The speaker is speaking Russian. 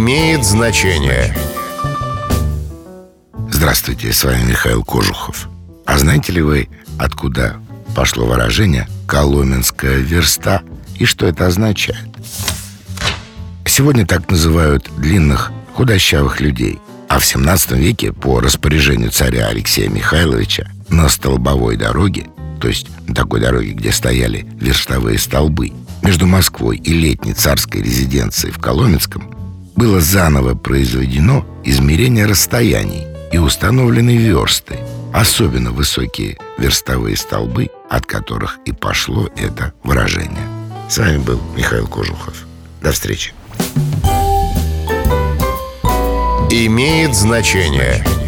Имеет значение. Здравствуйте, с вами Михаил Кожухов. А знаете ли вы, откуда пошло выражение «коломенская верста» и что это означает? Сегодня так называют длинных, худощавых людей. А в 17 веке по распоряжению царя Алексея Михайловича на столбовой дороге, то есть на такой дороге, где стояли верстовые столбы, между Москвой и летней царской резиденцией в Коломенском было заново произведено измерение расстояний и установлены версты, особенно высокие верстовые столбы, от которых и пошло это выражение. С вами был Михаил Кожухов. До встречи. Имеет значение.